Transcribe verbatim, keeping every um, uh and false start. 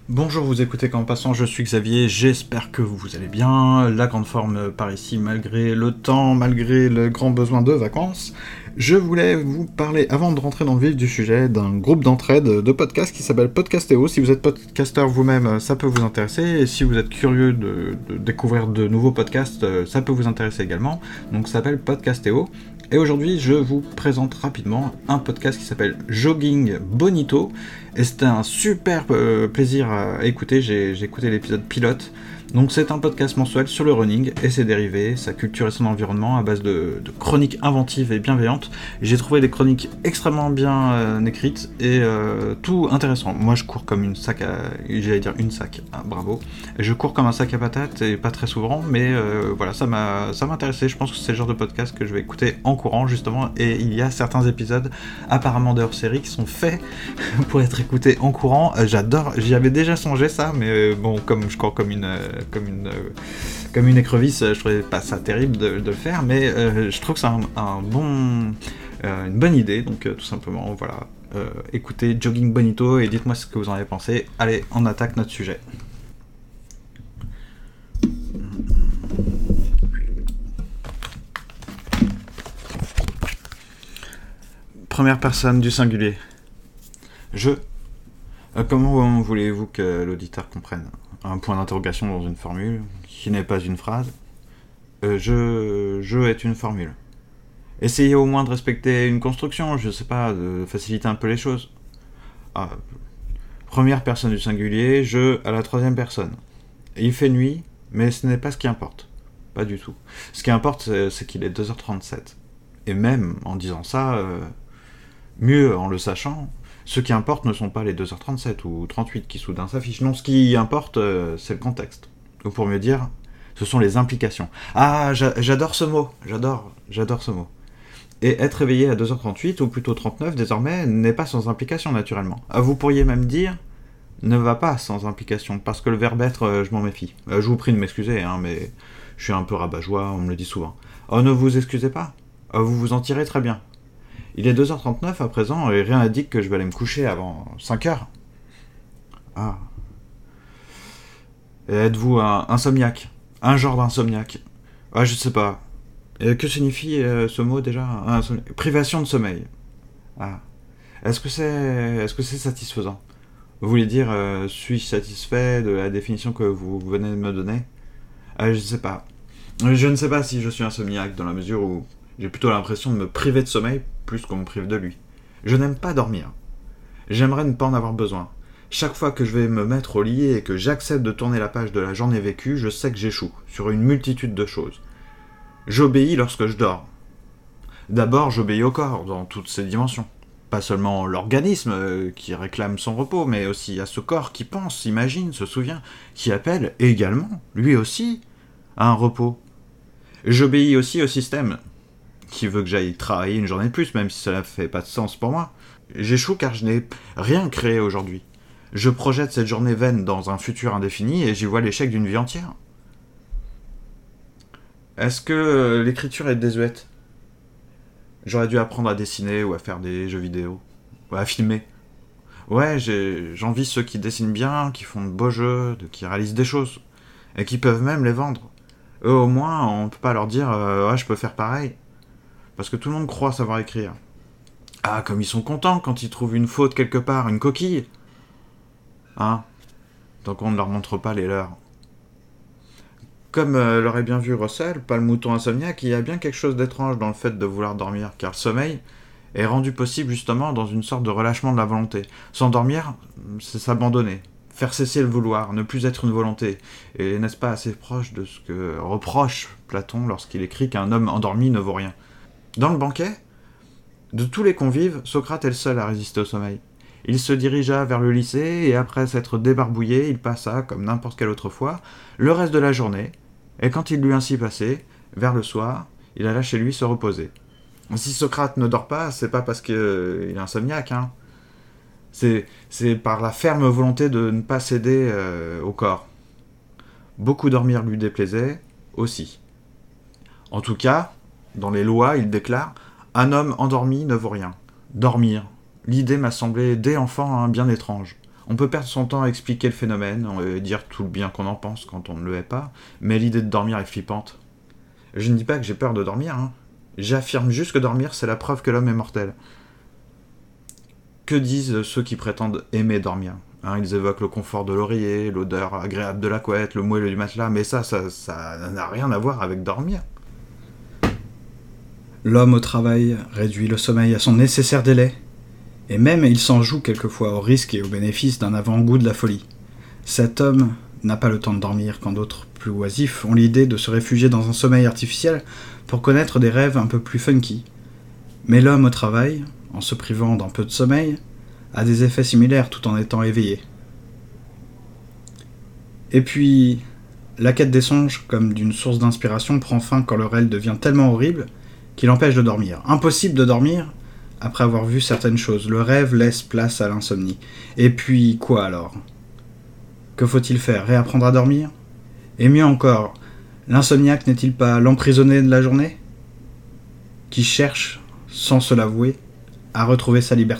Bonjour, vous écoutez Qu'en passant, je suis Xavier, j'espère que vous allez bien, la grande forme par ici malgré le temps, malgré le grand besoin de vacances. Je voulais vous parler, avant de rentrer dans le vif du sujet, d'un groupe d'entraide de podcasts qui s'appelle Podcastéo. Si vous êtes podcasteur vous-même, ça peut vous intéresser, et si vous êtes curieux de, de découvrir de nouveaux podcasts, ça peut vous intéresser également. Donc ça s'appelle Podcastéo. Et aujourd'hui, je vous présente rapidement un podcast qui s'appelle Jogging Bonito. Et c'était un super euh, plaisir à écouter. J'ai, j'ai écouté l'épisode pilote. Donc c'est un podcast mensuel sur le running et ses dérivés, sa culture et son environnement à base de, de chroniques inventives et bienveillantes. J'ai trouvé des chroniques extrêmement bien euh, écrites et euh, tout intéressant. Moi je cours comme une sac à... J'allais dire une sac, ah, bravo. Je cours comme un sac à patates et pas très souvent, mais euh, voilà, ça m'a, ça m'a intéressé. Je pense que c'est le genre de podcast que je vais écouter en courant justement. Et il y a certains épisodes apparemment de hors-série qui sont faits pour être écoutés en courant. Euh, j'adore, j'y avais déjà songé ça, mais euh, bon, comme je cours comme une... Euh, comme une euh, comme une écrevisse, je trouvais pas ça terrible de, de le faire, mais euh, je trouve que c'est un, un bon, euh, une bonne idée, donc euh, tout simplement, voilà, euh, écoutez Jogging Bonito et dites-moi ce que vous en avez pensé. Allez, on attaque notre sujet. Première personne du singulier. Je. Euh, comment voulez-vous que l'auditeur comprenne ? Un point d'interrogation dans une formule, qui n'est pas une phrase. Euh, je... je est une formule. Essayez au moins de respecter une construction, je sais pas, de faciliter un peu les choses. Ah, première personne du singulier, je à la troisième personne. Il fait nuit, mais ce n'est pas ce qui importe. Pas du tout. Ce qui importe, c'est, c'est qu'il est deux heures trente-sept. Et même en disant ça, euh, mieux en le sachant, ce qui importe ne sont pas les deux heures trente-sept ou trente-huit qui soudain s'affichent. Non, ce qui importe, euh, c'est le contexte. Ou pour mieux dire, ce sont les implications. Ah, j'a- j'adore ce mot. J'adore, j'adore ce mot. Et être réveillé à deux heures trente-huit, ou plutôt trente-neuf désormais, n'est pas sans implication naturellement. Ah, vous pourriez même dire, ne va pas sans implication, parce que le verbe être, euh, je m'en méfie. Euh, je vous prie de m'excuser, hein, mais je suis un peu rabat-joie, on me le dit souvent. Oh, ne vous excusez pas. Oh, vous vous en tirez très bien. Il est deux heures trente-neuf à présent et rien n'indique que je vais aller me coucher avant cinq heures. Ah. Et êtes-vous un insomniaque ? Un genre d'insomniaque ? Ah, je sais pas. Et que signifie euh, ce mot déjà ? Un insomniaque. Privation de sommeil. Ah. Est-ce que c'est, est-ce que c'est satisfaisant ? Vous voulez dire, euh, suis-je satisfait de la définition que vous venez de me donner ? Ah, je sais pas. Je ne sais pas si je suis insomniaque dans la mesure où j'ai plutôt l'impression de me priver de sommeil plus qu'on me prive de lui. Je n'aime pas dormir. J'aimerais ne pas en avoir besoin. Chaque fois que je vais me mettre au lit et que j'accepte de tourner la page de la journée vécue, je sais que j'échoue sur une multitude de choses. J'obéis lorsque je dors. D'abord, j'obéis au corps dans toutes ses dimensions. Pas seulement l'organisme euh, qui réclame son repos, mais aussi à ce corps qui pense, imagine, se souvient, qui appelle également, lui aussi, à un repos. J'obéis aussi au système, qui veut que j'aille travailler une journée de plus, même si cela fait pas de sens pour moi. J'échoue car je n'ai rien créé aujourd'hui. Je projette cette journée vaine dans un futur indéfini et j'y vois l'échec d'une vie entière. Est-ce que l'écriture est désuète ? J'aurais dû apprendre à dessiner ou à faire des jeux vidéo. Ou à filmer. Ouais, j'ai, j'envie ceux qui dessinent bien, qui font de beaux jeux, de, qui réalisent des choses. Et qui peuvent même les vendre. Eux au moins, on peut pas leur dire euh, « Ouais, je peux faire pareil ». Parce que tout le monde croit savoir écrire. Ah, comme ils sont contents quand ils trouvent une faute quelque part, une coquille. Hein ? Tant qu'on ne leur montre pas les leurs. Comme euh, l'aurait bien vu Russell, pas le mouton insomniaque, il y a bien quelque chose d'étrange dans le fait de vouloir dormir, car le sommeil est rendu possible justement dans une sorte de relâchement de la volonté. S'endormir, c'est s'abandonner, faire cesser le vouloir, ne plus être une volonté. Et n'est-ce pas assez proche de ce que reproche Platon lorsqu'il écrit qu'un homme endormi ne vaut rien ? Dans le banquet, de tous les convives, Socrate est le seul à résister au sommeil. Il se dirigea vers le lycée et après s'être débarbouillé, il passa, comme n'importe quelle autre fois, le reste de la journée, et quand il l'eut ainsi passé, vers le soir, il alla chez lui se reposer. Si Socrate ne dort pas, c'est pas parce qu'il est insomniaque, hein. C'est, c'est par la ferme volonté de ne pas céder euh, au corps. Beaucoup dormir lui déplaisait, aussi. En tout cas, dans les lois, il déclare « Un homme endormi ne vaut rien. Dormir. L'idée m'a semblé, dès enfant, hein, bien étrange. On peut perdre son temps à expliquer le phénomène, et dire tout le bien qu'on en pense quand on ne le hait pas, mais l'idée de dormir est flippante. Je ne dis pas que j'ai peur de dormir, hein. J'affirme juste que dormir, c'est la preuve que l'homme est mortel. Que disent ceux qui prétendent aimer dormir, hein, ils évoquent le confort de l'oreiller, l'odeur agréable de la couette, le moelleux du matelas, mais ça, ça, ça n'a rien à voir avec dormir. L'homme au travail réduit le sommeil à son nécessaire délai, et même il s'en joue quelquefois au risque et au bénéfice d'un avant-goût de la folie. Cet homme n'a pas le temps de dormir quand d'autres, plus oisifs, ont l'idée de se réfugier dans un sommeil artificiel pour connaître des rêves un peu plus funky. Mais l'homme au travail, en se privant d'un peu de sommeil, a des effets similaires tout en étant éveillé. Et puis, la quête des songes comme d'une source d'inspiration prend fin quand le rêve devient tellement horrible qu'il empêche de dormir. Impossible de dormir après avoir vu certaines choses. Le rêve laisse place à l'insomnie. Et puis, quoi alors ? Que faut-il faire ? Réapprendre à dormir ? Et mieux encore, l'insomniaque n'est-il pas l'emprisonné de la journée ? Qui cherche, sans se l'avouer, à retrouver sa liberté ?